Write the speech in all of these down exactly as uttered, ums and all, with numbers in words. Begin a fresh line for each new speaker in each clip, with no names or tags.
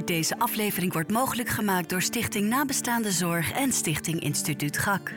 Deze aflevering wordt mogelijk gemaakt door Stichting Nabestaande Zorg en Stichting Instituut G A K.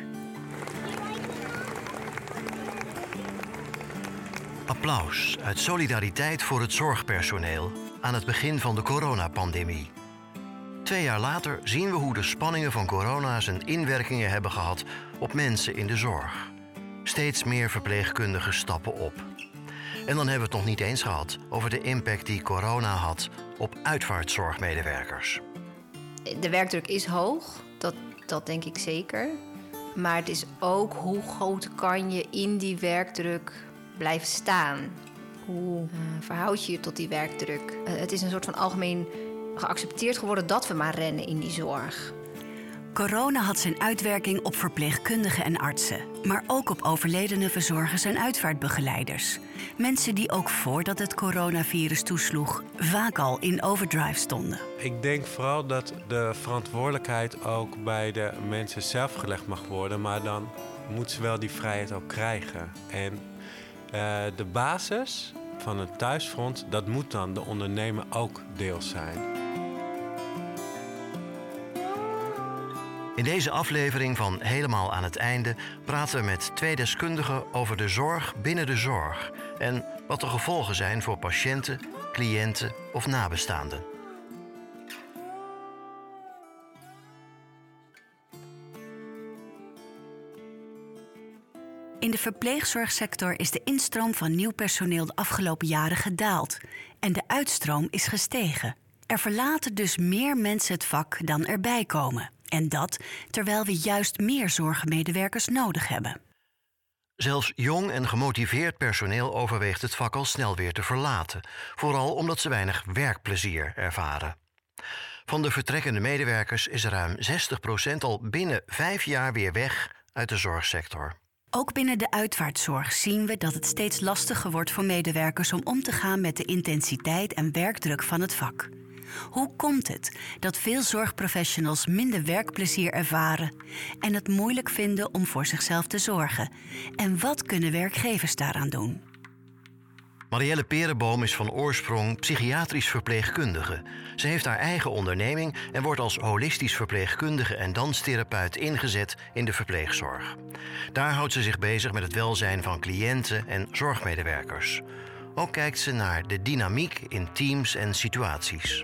Applaus uit solidariteit voor het zorgpersoneel aan het begin van de coronapandemie. Twee jaar later zien we hoe de spanningen van corona zijn inwerkingen hebben gehad op mensen in de zorg. Steeds meer verpleegkundigen stappen op. En dan hebben we het nog niet eens gehad over de impact die corona had op uitvaartzorgmedewerkers.
De werkdruk is hoog, dat, dat denk ik zeker. Maar het is ook hoe groot kan je in die werkdruk blijven staan. Hoe uh, verhoud je je tot die werkdruk? Uh, het is een soort van algemeen geaccepteerd geworden dat we maar rennen in die zorg.
Corona had zijn uitwerking op verpleegkundigen en artsen, maar ook op overledene verzorgers en uitvaartbegeleiders. Mensen die ook voordat het coronavirus toesloeg vaak al in overdrive stonden.
Ik denk vooral dat de verantwoordelijkheid ook bij de mensen zelf gelegd mag worden, maar dan moeten ze wel die vrijheid ook krijgen. En uh, de basis van het thuisfront, dat moet dan de ondernemer ook deels zijn.
In deze aflevering van Helemaal aan het einde praten we met twee deskundigen over de zorg binnen de zorg en wat de gevolgen zijn voor patiënten, cliënten of nabestaanden.
In de verpleegzorgsector is de instroom van nieuw personeel de afgelopen jaren gedaald en de uitstroom is gestegen. Er verlaten dus meer mensen het vak dan erbij komen. En dat terwijl we juist meer zorgmedewerkers nodig hebben.
Zelfs jong en gemotiveerd personeel overweegt het vak al snel weer te verlaten. Vooral omdat ze weinig werkplezier ervaren. Van de vertrekkende medewerkers is ruim zestig procent al binnen vijf jaar weer weg uit de zorgsector.
Ook binnen de uitvaartzorg zien we dat het steeds lastiger wordt voor medewerkers om om te gaan met de intensiteit en werkdruk van het vak. Hoe komt het dat veel zorgprofessionals minder werkplezier ervaren en het moeilijk vinden om voor zichzelf te zorgen? En wat kunnen werkgevers daaraan doen?
Marielle Perenboom is van oorsprong psychiatrisch verpleegkundige. Ze heeft haar eigen onderneming en wordt als holistisch verpleegkundige en danstherapeut ingezet in de verpleegzorg. Daar houdt ze zich bezig met het welzijn van cliënten en zorgmedewerkers. Ook kijkt ze naar de dynamiek in teams en situaties.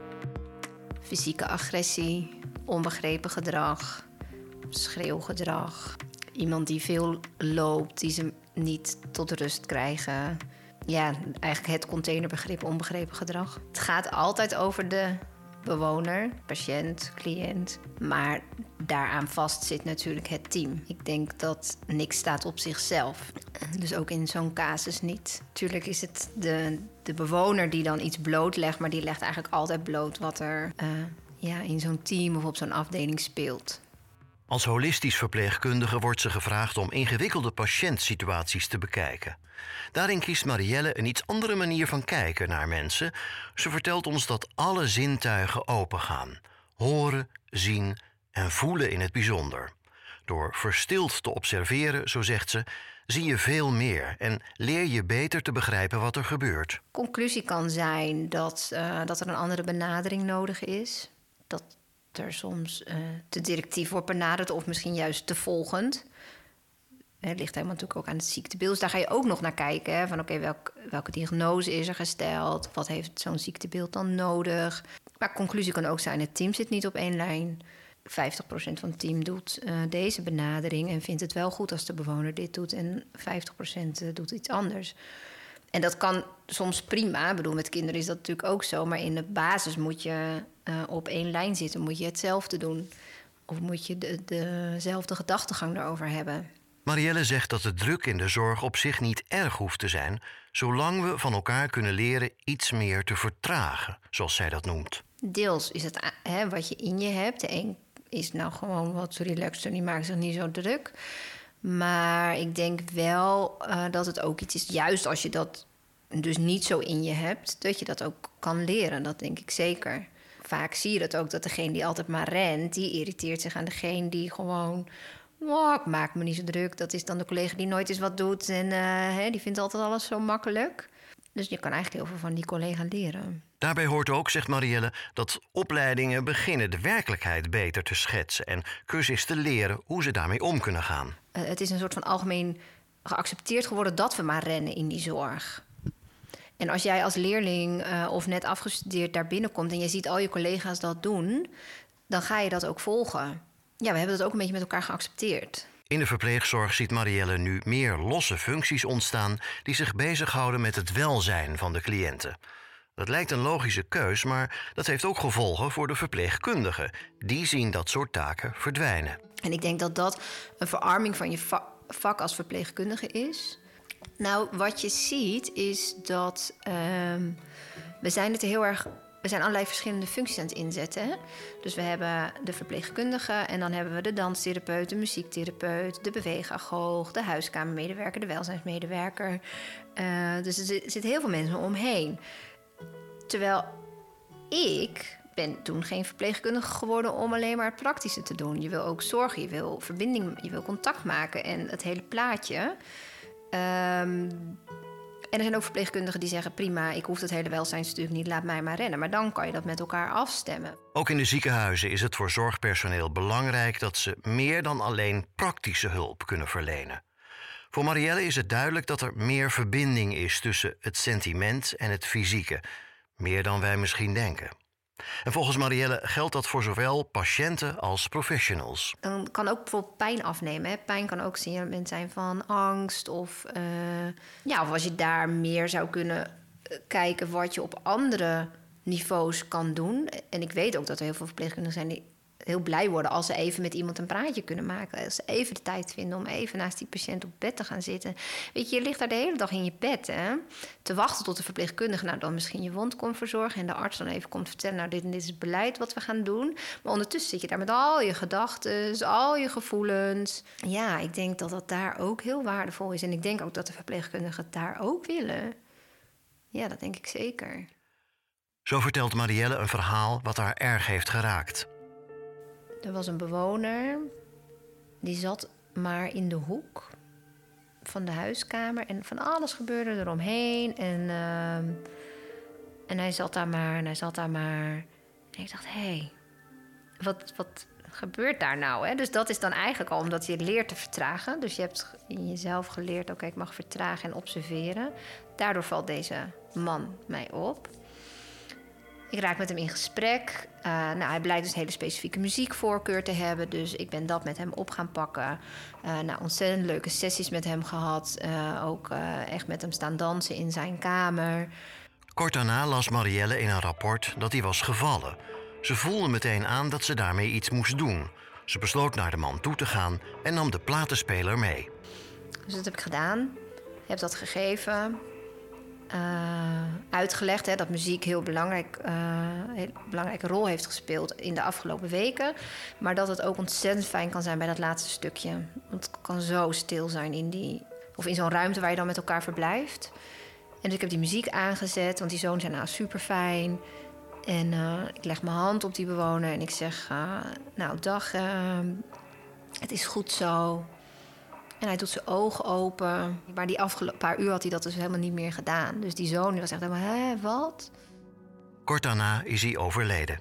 Fysieke agressie, onbegrepen gedrag, schreeuwgedrag. Iemand die veel loopt, die ze niet tot rust krijgen. Ja, eigenlijk het containerbegrip onbegrepen gedrag. Het gaat altijd over de bewoner, patiënt, cliënt. Maar daaraan vast zit natuurlijk het team. Ik denk dat niks staat op zichzelf. Dus ook in zo'n casus niet. Tuurlijk is het de, de bewoner die dan iets blootlegt, maar die legt eigenlijk altijd bloot wat er uh, ja, in zo'n team of op zo'n afdeling speelt.
Als holistisch verpleegkundige wordt ze gevraagd om ingewikkelde patiëntsituaties te bekijken. Daarin kiest Marielle een iets andere manier van kijken naar mensen. Ze vertelt ons dat alle zintuigen opengaan. Horen, zien en voelen in het bijzonder. Door verstild te observeren, zo zegt ze, zie je veel meer en leer je beter te begrijpen wat er gebeurt.
Conclusie kan zijn dat, uh, dat er een andere benadering nodig is. Dat er soms uh, te directief wordt benaderd of misschien juist te volgend. Het ligt helemaal natuurlijk ook aan het ziektebeeld. Dus daar ga je ook nog naar kijken. Hè, van oké, okay, welk, welke diagnose is er gesteld? Wat heeft zo'n ziektebeeld dan nodig? Maar conclusie kan ook zijn, het team zit niet op één lijn. vijftig procent van het team doet uh, deze benadering en vindt het wel goed als de bewoner dit doet. En vijftig procent doet iets anders. En dat kan soms prima. Ik bedoel, met kinderen is dat natuurlijk ook zo. Maar in de basis moet je uh, op één lijn zitten. Moet je hetzelfde doen. Of moet je de, dezelfde gedachtegang erover hebben.
Marielle zegt dat de druk in de zorg op zich niet erg hoeft te zijn, zolang we van elkaar kunnen leren iets meer te vertragen, zoals zij dat noemt.
Deels is het hè, wat je in je hebt. De een is nou gewoon wat relaxed en die maakt zich niet zo druk. Maar ik denk wel uh, dat het ook iets is, juist als je dat dus niet zo in je hebt, dat je dat ook kan leren. Dat denk ik zeker. Vaak zie je dat ook, dat degene die altijd maar rent, die irriteert zich aan degene die gewoon, oh, ik maak me niet zo druk. Dat is dan de collega die nooit eens wat doet en uh, hè, die vindt altijd alles zo makkelijk. Dus je kan eigenlijk heel veel van die collega leren.
Daarbij hoort ook, zegt Marielle, dat opleidingen beginnen de werkelijkheid beter te schetsen en cursisten leren hoe ze daarmee om kunnen gaan.
Uh, het is een soort van algemeen geaccepteerd geworden dat we maar rennen in die zorg. En als jij als leerling uh, of net afgestudeerd daar binnenkomt en je ziet al je collega's dat doen, dan ga je dat ook volgen. Ja, we hebben dat ook een beetje met elkaar geaccepteerd.
In de verpleegzorg ziet Marielle nu meer losse functies ontstaan die zich bezighouden met het welzijn van de cliënten. Dat lijkt een logische keus, maar dat heeft ook gevolgen voor de verpleegkundigen. Die zien dat soort taken verdwijnen.
En ik denk dat dat een verarming van je va- vak als verpleegkundige is. Nou, wat je ziet is dat uh, we zijn het heel erg. We zijn allerlei verschillende functies aan het inzetten. Hè? Dus we hebben de verpleegkundige en dan hebben we de danstherapeut, de muziektherapeut, de beweegagoog, de huiskamermedewerker, de welzijnsmedewerker. Uh, dus er zitten heel veel mensen omheen. Terwijl ik ben toen geen verpleegkundige geworden om alleen maar het praktische te doen. Je wil ook zorgen, je wil verbinding, je wil contact maken en het hele plaatje. Um, En er zijn ook verpleegkundigen die zeggen, prima, ik hoef het hele welzijnsstuk niet, laat mij maar rennen. Maar dan kan je dat met elkaar afstemmen.
Ook in de ziekenhuizen is het voor zorgpersoneel belangrijk dat ze meer dan alleen praktische hulp kunnen verlenen. Voor Marielle is het duidelijk dat er meer verbinding is tussen het sentiment en het fysieke. Meer dan wij misschien denken. En volgens Marielle geldt dat voor zowel patiënten als professionals.
Dan kan ook bijvoorbeeld pijn afnemen. Hè. Pijn kan ook signalement zijn van angst. Of, uh, ja, of als je daar meer zou kunnen kijken wat je op andere niveaus kan doen. En ik weet ook dat er heel veel verpleegkundigen zijn die heel blij worden als ze even met iemand een praatje kunnen maken. Als ze even de tijd vinden om even naast die patiënt op bed te gaan zitten. Weet je, je ligt daar de hele dag in je bed, hè, te wachten tot de verpleegkundige nou dan misschien je wond komt verzorgen en de arts dan even komt vertellen, nou dit, dit is het beleid wat we gaan doen. Maar ondertussen zit je daar met al je gedachten, al je gevoelens. Ja, ik denk dat dat daar ook heel waardevol is. En ik denk ook dat de verpleegkundigen het daar ook willen. Ja, dat denk ik zeker.
Zo vertelt Marielle een verhaal wat haar erg heeft geraakt.
Er was een bewoner, die zat maar in de hoek van de huiskamer. En van alles gebeurde eromheen. En, uh, en hij zat daar maar en hij zat daar maar. En ik dacht, hé, hey, wat, wat gebeurt daar nou? Hè? Dus dat is dan eigenlijk al omdat je leert te vertragen. Dus je hebt in jezelf geleerd, oké, okay, ik mag vertragen en observeren. Daardoor valt deze man mij op. Ik raak met hem in gesprek. Uh, nou, hij blijkt dus een hele specifieke muziekvoorkeur te hebben. Dus ik ben dat met hem op gaan pakken. Uh, nou, ontzettend leuke sessies met hem gehad. Uh, ook uh, echt met hem staan dansen in zijn kamer.
Kort daarna las Marielle in een rapport dat hij was gevallen. Ze voelde meteen aan dat ze daarmee iets moest doen. Ze besloot naar de man toe te gaan en nam de platenspeler mee.
Dus dat heb ik gedaan. Ik heb dat gegeven. Uh, uitgelegd hè, dat muziek heel belangrijk, uh, heel belangrijke rol heeft gespeeld in de afgelopen weken. Maar dat het ook ontzettend fijn kan zijn bij dat laatste stukje. Want het kan zo stil zijn in, die, of in zo'n ruimte waar je dan met elkaar verblijft. En dus ik heb die muziek aangezet, want die zoon zei nou super fijn. En uh, ik leg mijn hand op die bewoner en ik zeg, uh, nou dag, uh, het is goed zo. En hij doet zijn ogen open. Maar die afgelopen paar uur had hij dat dus helemaal niet meer gedaan. Dus die zoon die was echt helemaal, hè, wat?
Kort daarna is hij overleden.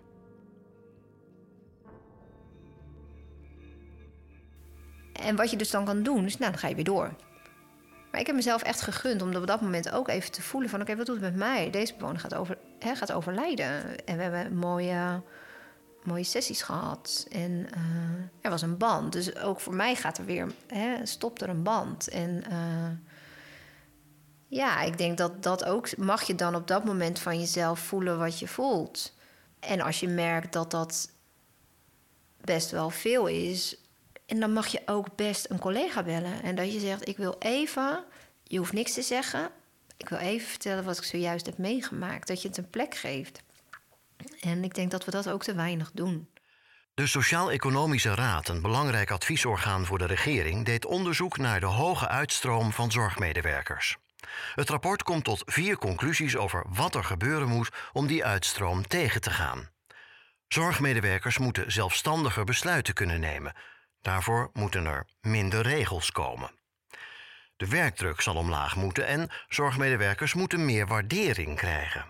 En wat je dus dan kan doen, is nou, dan ga je weer door. Maar ik heb mezelf echt gegund om op dat moment ook even te voelen van, oké, okay, wat doet het met mij? Deze bewoner gaat, over, hè, gaat overlijden. En we hebben mooie... mooie sessies gehad. En uh, er was een band. Dus ook voor mij gaat er weer, hè, stopt er een band. En uh, ja, ik denk dat dat ook... mag je dan op dat moment van jezelf voelen wat je voelt. En als je merkt dat dat best wel veel is... en dan mag je ook best een collega bellen. En dat je zegt, ik wil even... je hoeft niks te zeggen. Ik wil even vertellen wat ik zojuist heb meegemaakt. Dat je het een plek geeft. En ik denk dat we dat ook te weinig doen.
De Sociaal-Economische Raad, een belangrijk adviesorgaan voor de regering, deed onderzoek naar de hoge uitstroom van zorgmedewerkers. Het rapport komt tot vier conclusies over wat er gebeuren moet om die uitstroom tegen te gaan. Zorgmedewerkers moeten zelfstandiger besluiten kunnen nemen. Daarvoor moeten er minder regels komen. De werkdruk zal omlaag moeten en zorgmedewerkers moeten meer waardering krijgen.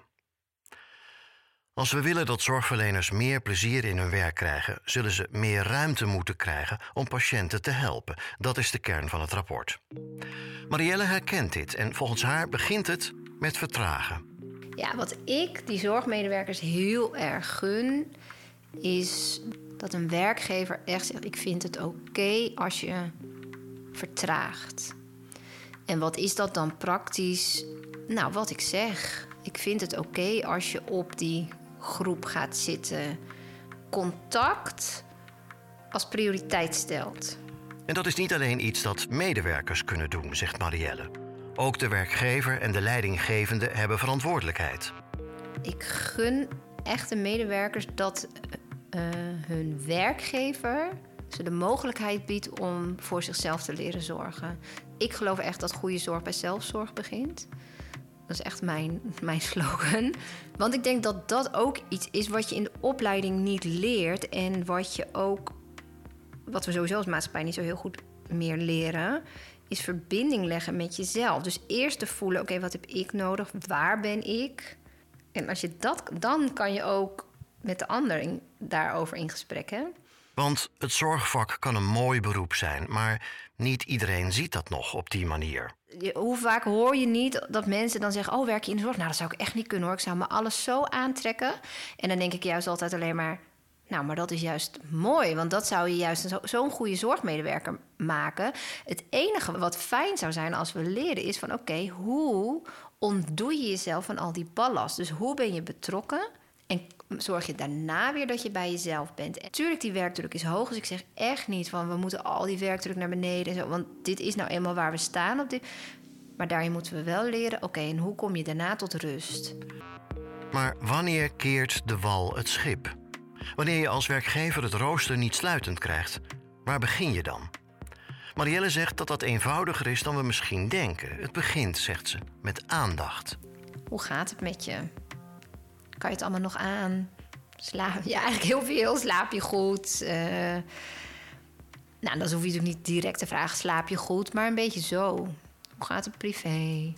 Als we willen dat zorgverleners meer plezier in hun werk krijgen, zullen ze meer ruimte moeten krijgen om patiënten te helpen. Dat is de kern van het rapport. Marielle herkent dit en volgens haar begint het met vertragen.
Ja, wat ik die zorgmedewerkers heel erg gun, is dat een werkgever echt zegt: ik vind het oké als je vertraagt. En wat is dat dan praktisch? Nou, wat ik zeg. Ik vind het oké als je op die groep gaat zitten. Contact als prioriteit stelt.
En dat is niet alleen iets dat medewerkers kunnen doen, zegt Marielle. Ook de werkgever en de leidinggevende hebben verantwoordelijkheid.
Ik gun echte medewerkers dat uh, hun werkgever ze de mogelijkheid biedt om voor zichzelf te leren zorgen. Ik geloof echt dat goede zorg bij zelfzorg begint. Dat is echt mijn, mijn slogan. Want ik denk dat dat ook iets is wat je in de opleiding niet leert. En wat je ook, wat we sowieso als maatschappij niet zo heel goed meer leren, is verbinding leggen met jezelf. Dus eerst te voelen, oké, okay, wat heb ik nodig? Waar ben ik? En als je dat, dan kan je ook met de ander in, daarover in gesprek, hè?
Want het zorgvak kan een mooi beroep zijn, maar niet iedereen ziet dat nog op die manier.
Hoe vaak hoor je niet dat mensen dan zeggen: oh, werk je in de zorg? Nou, dat zou ik echt niet kunnen, hoor. Ik zou me alles zo aantrekken. En dan denk ik juist altijd alleen maar: nou, maar dat is juist mooi, want dat zou je juist zo, zo'n goede zorgmedewerker maken. Het enige wat fijn zou zijn als we leren is van: oké, okay, hoe ontdoe je jezelf van al die ballast? Dus hoe ben je betrokken? En zorg je daarna weer dat je bij jezelf bent. En natuurlijk, die werkdruk is hoog. Dus ik zeg echt niet van we moeten al die werkdruk naar beneden. En zo, want dit is nou eenmaal waar we staan op dit. Maar daarin moeten we wel leren, oké, okay, en hoe kom je daarna tot rust?
Maar wanneer keert de wal het schip? Wanneer je als werkgever het rooster niet sluitend krijgt, waar begin je dan? Marielle zegt dat dat eenvoudiger is dan we misschien denken. Het begint, zegt ze, met aandacht.
Hoe gaat het met je? Kan je het allemaal nog aan? Slaap je eigenlijk heel veel? Slaap je goed? Uh, nou, dan hoef je natuurlijk niet direct te vragen: slaap je goed? Maar een beetje zo. Hoe gaat het privé?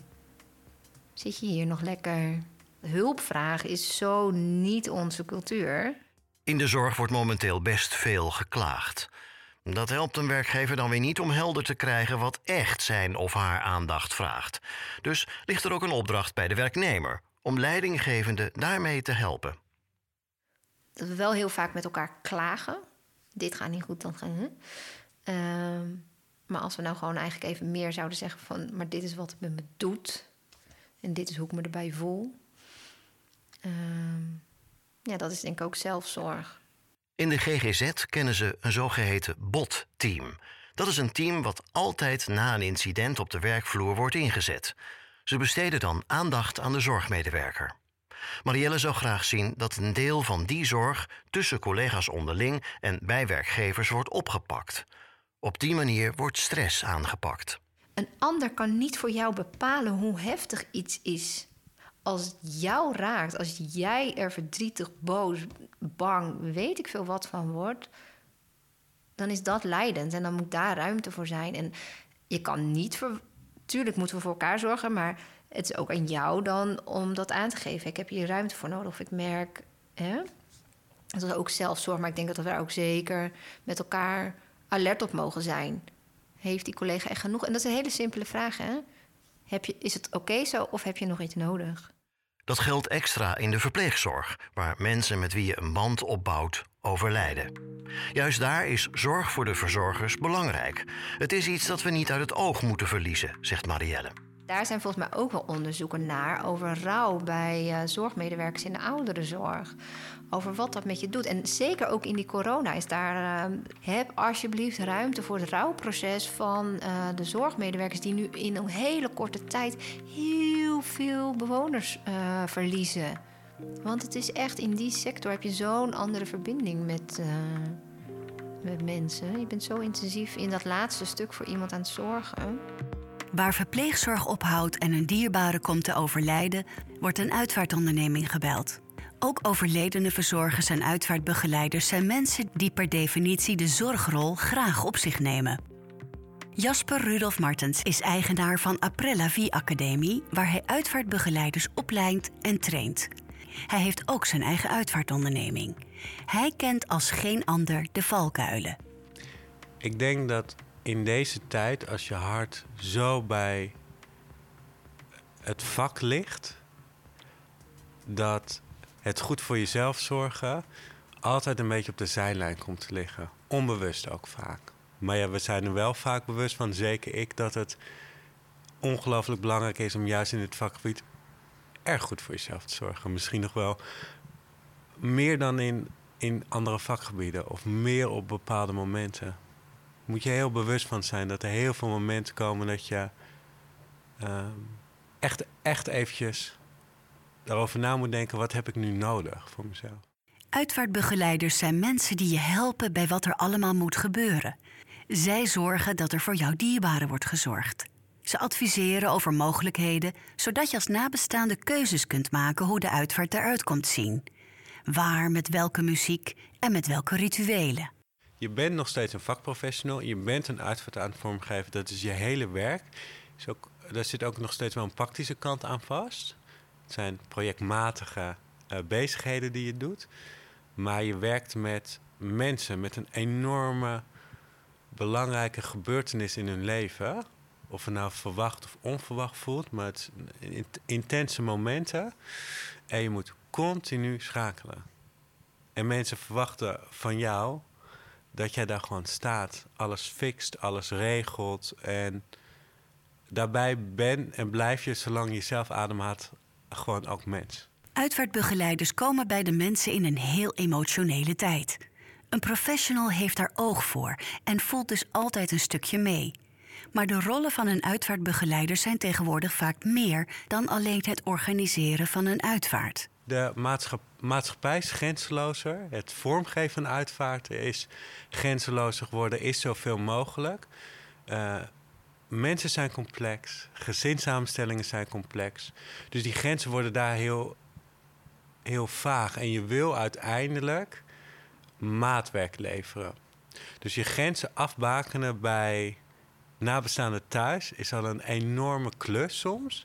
Zit je hier nog lekker? Hulpvragen is zo niet onze cultuur.
In de zorg wordt momenteel best veel geklaagd. Dat helpt een werkgever dan weer niet om helder te krijgen wat echt zijn of haar aandacht vraagt. Dus ligt er ook een opdracht bij de werknemer om leidinggevenden daarmee te helpen.
Dat we wel heel vaak met elkaar klagen. Dit gaat niet goed, dan gaan we. Uh, maar als we nou gewoon eigenlijk even meer zouden zeggen van: maar dit is wat het met me doet. En dit is hoe ik me erbij voel. Uh, ja, dat is denk ik ook zelfzorg.
In de G G Z kennen ze een zogeheten B O T-team. Dat is een team wat altijd na een incident op de werkvloer wordt ingezet. Ze besteden dan aandacht aan de zorgmedewerker. Marielle zou graag zien dat een deel van die zorg tussen collega's onderling en bij werkgevers wordt opgepakt. Op die manier wordt stress aangepakt.
Een ander kan niet voor jou bepalen hoe heftig iets is. Als het jou raakt, als jij er verdrietig, boos, bang, weet ik veel wat van wordt, dan is dat leidend en dan moet daar ruimte voor zijn. En je kan niet voor... Tuurlijk moeten we voor elkaar zorgen, maar het is ook aan jou dan om dat aan te geven. Ik heb hier ruimte voor nodig. Of ik merk, hè? Dat is ook zelfzorg, maar ik denk dat we daar ook zeker met elkaar alert op mogen zijn. Heeft die collega echt genoeg? En dat is een hele simpele vraag, hè? Heb je, is het oké okay zo of heb je nog iets nodig?
Dat geldt extra in de verpleegzorg, waar mensen met wie je een band opbouwt overlijden. Juist daar is zorg voor de verzorgers belangrijk. Het is iets dat we niet uit het oog moeten verliezen, zegt Marielle.
Daar zijn volgens mij ook wel onderzoeken naar over rouw bij uh, zorgmedewerkers in de ouderenzorg. Over wat dat met je doet. En zeker ook in die corona is daar... Uh, heb alsjeblieft ruimte voor het rouwproces van uh, de zorgmedewerkers die nu in een hele korte tijd heel veel bewoners uh, verliezen. Want het is echt, in die sector heb je zo'n andere verbinding met, uh, met mensen. Je bent zo intensief in dat laatste stuk voor iemand aan het zorgen.
Waar verpleegzorg ophoudt en een dierbare komt te overlijden, wordt een uitvaartonderneming gebeld. Ook overledene verzorgers en uitvaartbegeleiders zijn mensen die per definitie de zorgrol graag op zich nemen. Jasper Rudolf Martens is eigenaar van Après la Vie Academie, waar hij uitvaartbegeleiders opleidt en traint. Hij heeft ook zijn eigen uitvaartonderneming. Hij kent als geen ander de valkuilen.
Ik denk dat in deze tijd, als je hart zo bij het vak ligt, dat het goed voor jezelf zorgen altijd een beetje op de zijlijn komt te liggen. Onbewust ook vaak. Maar ja, we zijn er wel vaak bewust van, zeker ik, dat het ongelooflijk belangrijk is om juist in het vakgebied erg goed voor jezelf te zorgen. Misschien nog wel meer dan in, in andere vakgebieden of meer op bepaalde momenten. Moet je heel bewust van zijn dat er heel veel momenten komen dat je uh, echt, echt eventjes daarover na moet denken, wat heb ik nu nodig voor mezelf?
Uitvaartbegeleiders zijn mensen die je helpen bij wat er allemaal moet gebeuren. Zij zorgen dat er voor jouw dierbaren wordt gezorgd. Ze adviseren over mogelijkheden, zodat je als nabestaande keuzes kunt maken hoe de uitvaart eruit komt zien. Waar, met welke muziek en met welke rituelen.
Je bent nog steeds een vakprofessional, je bent een uitvaart aan het vormgeven, dat is je hele werk. Is ook, daar zit ook nog steeds wel een praktische kant aan vast. Het zijn projectmatige uh, bezigheden die je doet. Maar je werkt met mensen met een enorme belangrijke gebeurtenis in hun leven. Of het nou verwacht of onverwacht voelt, maar het zijn intense momenten. En je moet continu schakelen. En mensen verwachten van jou dat jij daar gewoon staat. Alles fixt, alles regelt. En daarbij ben en blijf je, zolang je zelf ademhaalt, gewoon ook mens.
Uitvaartbegeleiders komen bij de mensen in een heel emotionele tijd. Een professional heeft daar oog voor en voelt dus altijd een stukje mee. Maar de rollen van een uitvaartbegeleider zijn tegenwoordig vaak meer dan alleen het organiseren van een uitvaart.
De maatschappij, maatschappij is grenzelozer. Het vormgeven van uitvaarten is grenzelozer geworden, is zoveel mogelijk. Uh, mensen zijn complex, gezinssamenstellingen zijn complex. Dus die grenzen worden daar heel, heel vaag. En je wil uiteindelijk maatwerk leveren. Dus je grenzen afbakenen bij nabestaanden thuis is al een enorme klus soms.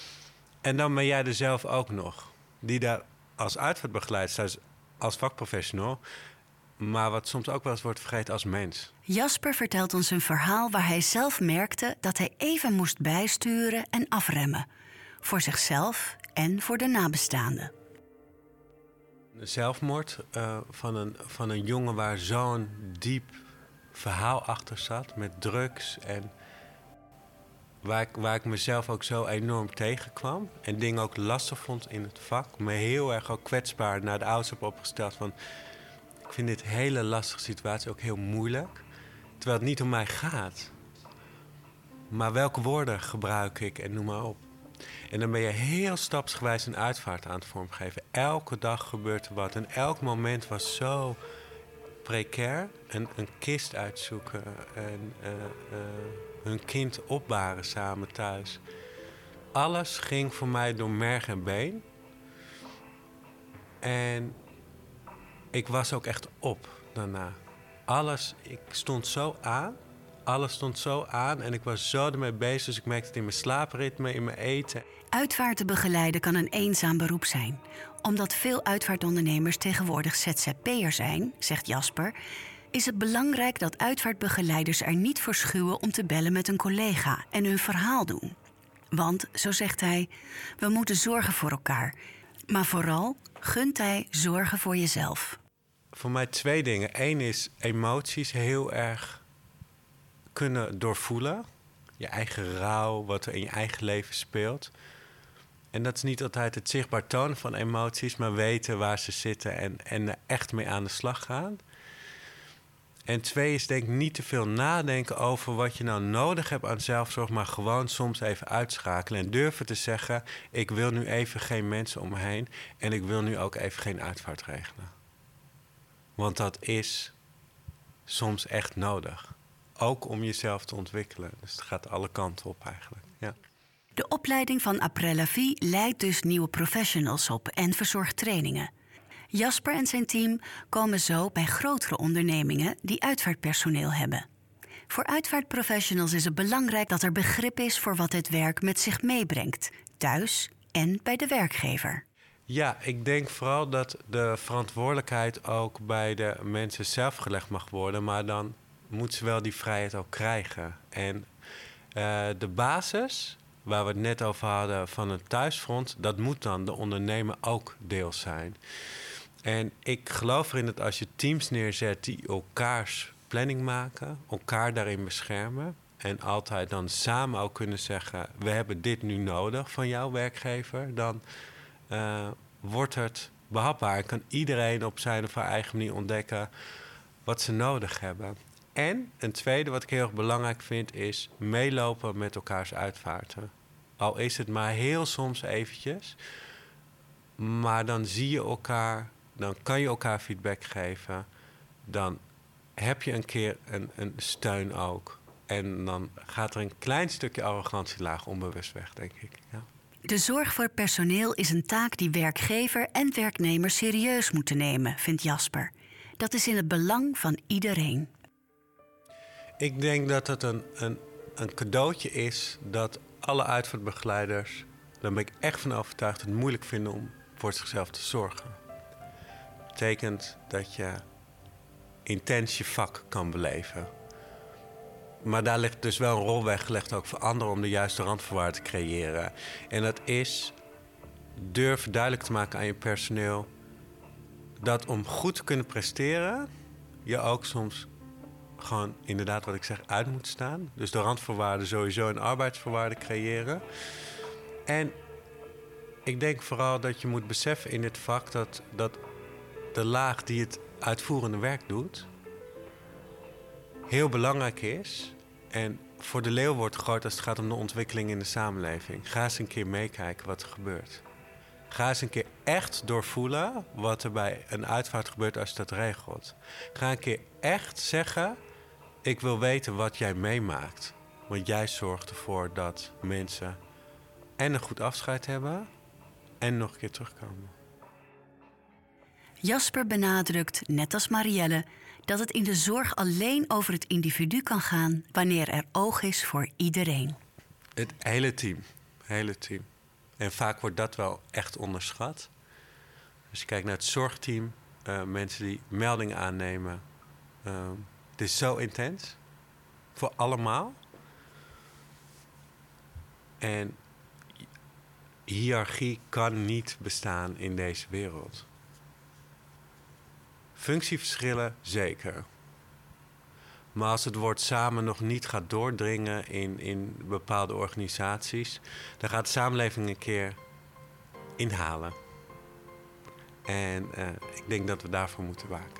En dan ben jij er zelf ook nog. Die daar als uitvaartbegeleider staat, als vakprofessional, maar wat soms ook wel eens wordt vergeten als mens.
Jasper vertelt ons een verhaal waar hij zelf merkte dat hij even moest bijsturen en afremmen. Voor zichzelf en voor de nabestaanden.
De zelfmoord uh, van, een, van een jongen waar zo'n diep verhaal achter zat, met drugs en Waar ik, waar ik mezelf ook zo enorm tegenkwam. En dingen ook lastig vond in het vak. Me heel erg ook kwetsbaar naar de ouders heb opgesteld van, ik vind dit hele lastige situatie ook heel moeilijk. Terwijl het niet om mij gaat. Maar welke woorden gebruik ik en noem maar op. En dan ben je heel stapsgewijs een uitvaart aan het vormgeven. Elke dag gebeurt er wat. En elk moment was zo precair. En een kist uitzoeken. En uh, uh, hun kind opbaren samen thuis. Alles ging voor mij door merg en been. En ik was ook echt op daarna. Alles, ik stond zo aan. Alles stond zo aan en ik was zo ermee bezig. Dus ik merkte het in mijn slaapritme, in mijn eten.
Uitvaarten begeleiden kan een eenzaam beroep zijn. Omdat veel uitvaartondernemers tegenwoordig Z Z P'er zijn, zegt Jasper, is het belangrijk dat uitvaartbegeleiders er niet voor schuwen om te bellen met een collega en hun verhaal doen. Want, zo zegt hij, we moeten zorgen voor elkaar. Maar vooral gunt hij zorgen voor jezelf.
Voor mij twee dingen. Eén is emoties heel erg kunnen doorvoelen. Je eigen rouw, wat er in je eigen leven speelt. En dat is niet altijd het zichtbaar tonen van emoties, maar weten waar ze zitten en, en er echt mee aan de slag gaan. En twee is denk ik niet te veel nadenken over wat je nou nodig hebt aan zelfzorg, maar gewoon soms even uitschakelen en durven te zeggen, ik wil nu even geen mensen om me heen en ik wil nu ook even geen uitvaart regelen. Want dat is soms echt nodig. Ook om jezelf te ontwikkelen. Dus het gaat alle kanten op eigenlijk. Ja.
De opleiding van Après la Vie leidt dus nieuwe professionals op en verzorgt trainingen. Jasper en zijn team komen zo bij grotere ondernemingen die uitvaartpersoneel hebben. Voor uitvaartprofessionals is het belangrijk dat er begrip is voor wat het werk met zich meebrengt, thuis en bij de werkgever.
Ja, ik denk vooral dat de verantwoordelijkheid ook bij de mensen zelf gelegd mag worden, maar dan moet ze wel die vrijheid ook krijgen. En uh, de basis, waar we het net over hadden van het thuisfront, dat moet dan de ondernemer ook deel zijn. En ik geloof erin dat als je teams neerzet die elkaars planning maken, elkaar daarin beschermen en altijd dan samen ook kunnen zeggen, we hebben dit nu nodig van jouw werkgever, dan uh, wordt het behapbaar. En kan iedereen op zijn of haar eigen manier ontdekken wat ze nodig hebben. En een tweede wat ik heel erg belangrijk vind is meelopen met elkaars uitvaarten. Al is het maar heel soms eventjes, maar dan zie je elkaar, dan kan je elkaar feedback geven, dan heb je een keer een, een steun ook. En dan gaat er een klein stukje arrogantielaag onbewust weg, denk ik. Ja.
De zorg voor personeel is een taak die werkgever en werknemer serieus moeten nemen, vindt Jasper. Dat is in het belang van iedereen.
Ik denk dat het een, een, een cadeautje is dat alle uitvaartbegeleiders, daar ben ik echt van overtuigd, het moeilijk vinden om voor zichzelf te zorgen. Dat betekent dat je intens je vak kan beleven. Maar daar ligt dus wel een rol weggelegd ook voor anderen om de juiste randvoorwaarden te creëren. En dat is durven duidelijk te maken aan je personeel dat om goed te kunnen presteren je ook soms gewoon inderdaad wat ik zeg uit moet staan. Dus de randvoorwaarden sowieso en arbeidsvoorwaarden creëren. En ik denk vooral dat je moet beseffen in dit vak dat, dat de laag die het uitvoerende werk doet heel belangrijk is en voor de leeuw wordt gegooid als het gaat om de ontwikkeling in de samenleving. Ga eens een keer meekijken wat er gebeurt. Ga eens een keer echt doorvoelen wat er bij een uitvaart gebeurt als je dat regelt. Ga een keer echt zeggen, ik wil weten wat jij meemaakt. Want jij zorgt ervoor dat mensen en een goed afscheid hebben en nog een keer terugkomen.
Jasper benadrukt, net als Marielle, dat het in de zorg alleen over het individu kan gaan wanneer er oog is voor iedereen.
Het hele team. hele team. En vaak wordt dat wel echt onderschat. Als je kijkt naar het zorgteam, uh, mensen die meldingen aannemen. Uh, het is zo intens. Voor allemaal. En hiërarchie kan niet bestaan in deze wereld. Functieverschillen zeker. Maar als het woord samen nog niet gaat doordringen in, in bepaalde organisaties, dan gaat de samenleving een keer inhalen. En uh, ik denk dat we daarvoor moeten waken.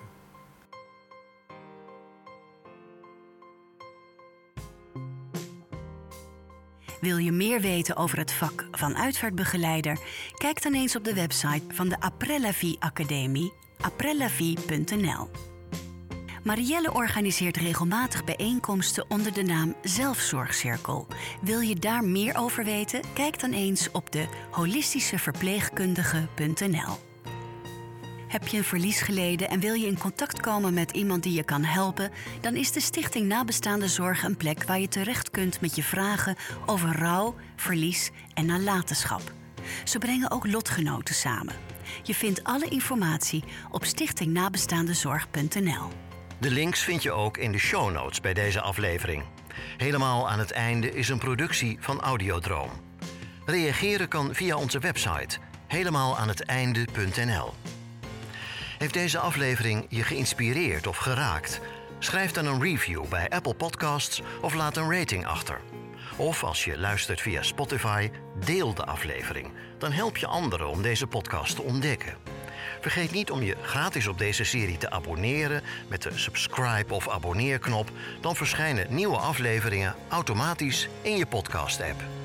Wil je meer weten over het vak van uitvaartbegeleider? Kijk dan eens op de website van de Après la Vie Academie, après la vie punt n l. Marielle organiseert regelmatig bijeenkomsten onder de naam Zelfzorgcirkel. Wil je daar meer over weten? Kijk dan eens op de holistische verpleegkundige punt n l. Heb je een verlies geleden en wil je in contact komen met iemand die je kan helpen? Dan is de Stichting Nabestaande Zorg een plek waar je terecht kunt met je vragen over rouw, verlies en nalatenschap. Ze brengen ook lotgenoten samen. Je vindt alle informatie op stichting nabestaande zorg punt n l.
De links vind je ook in de show notes bij deze aflevering. Helemaal aan het einde is een productie van Audiodroom. Reageren kan via onze website helemaal aan het einde punt n l. Heeft deze aflevering je geïnspireerd of geraakt? Schrijf dan een review bij Apple Podcasts of laat een rating achter. Of als je luistert via Spotify, deel de aflevering. Dan help je anderen om deze podcast te ontdekken. Vergeet niet om je gratis op deze serie te abonneren met de subscribe of abonneerknop. Dan verschijnen nieuwe afleveringen automatisch in je podcast-app.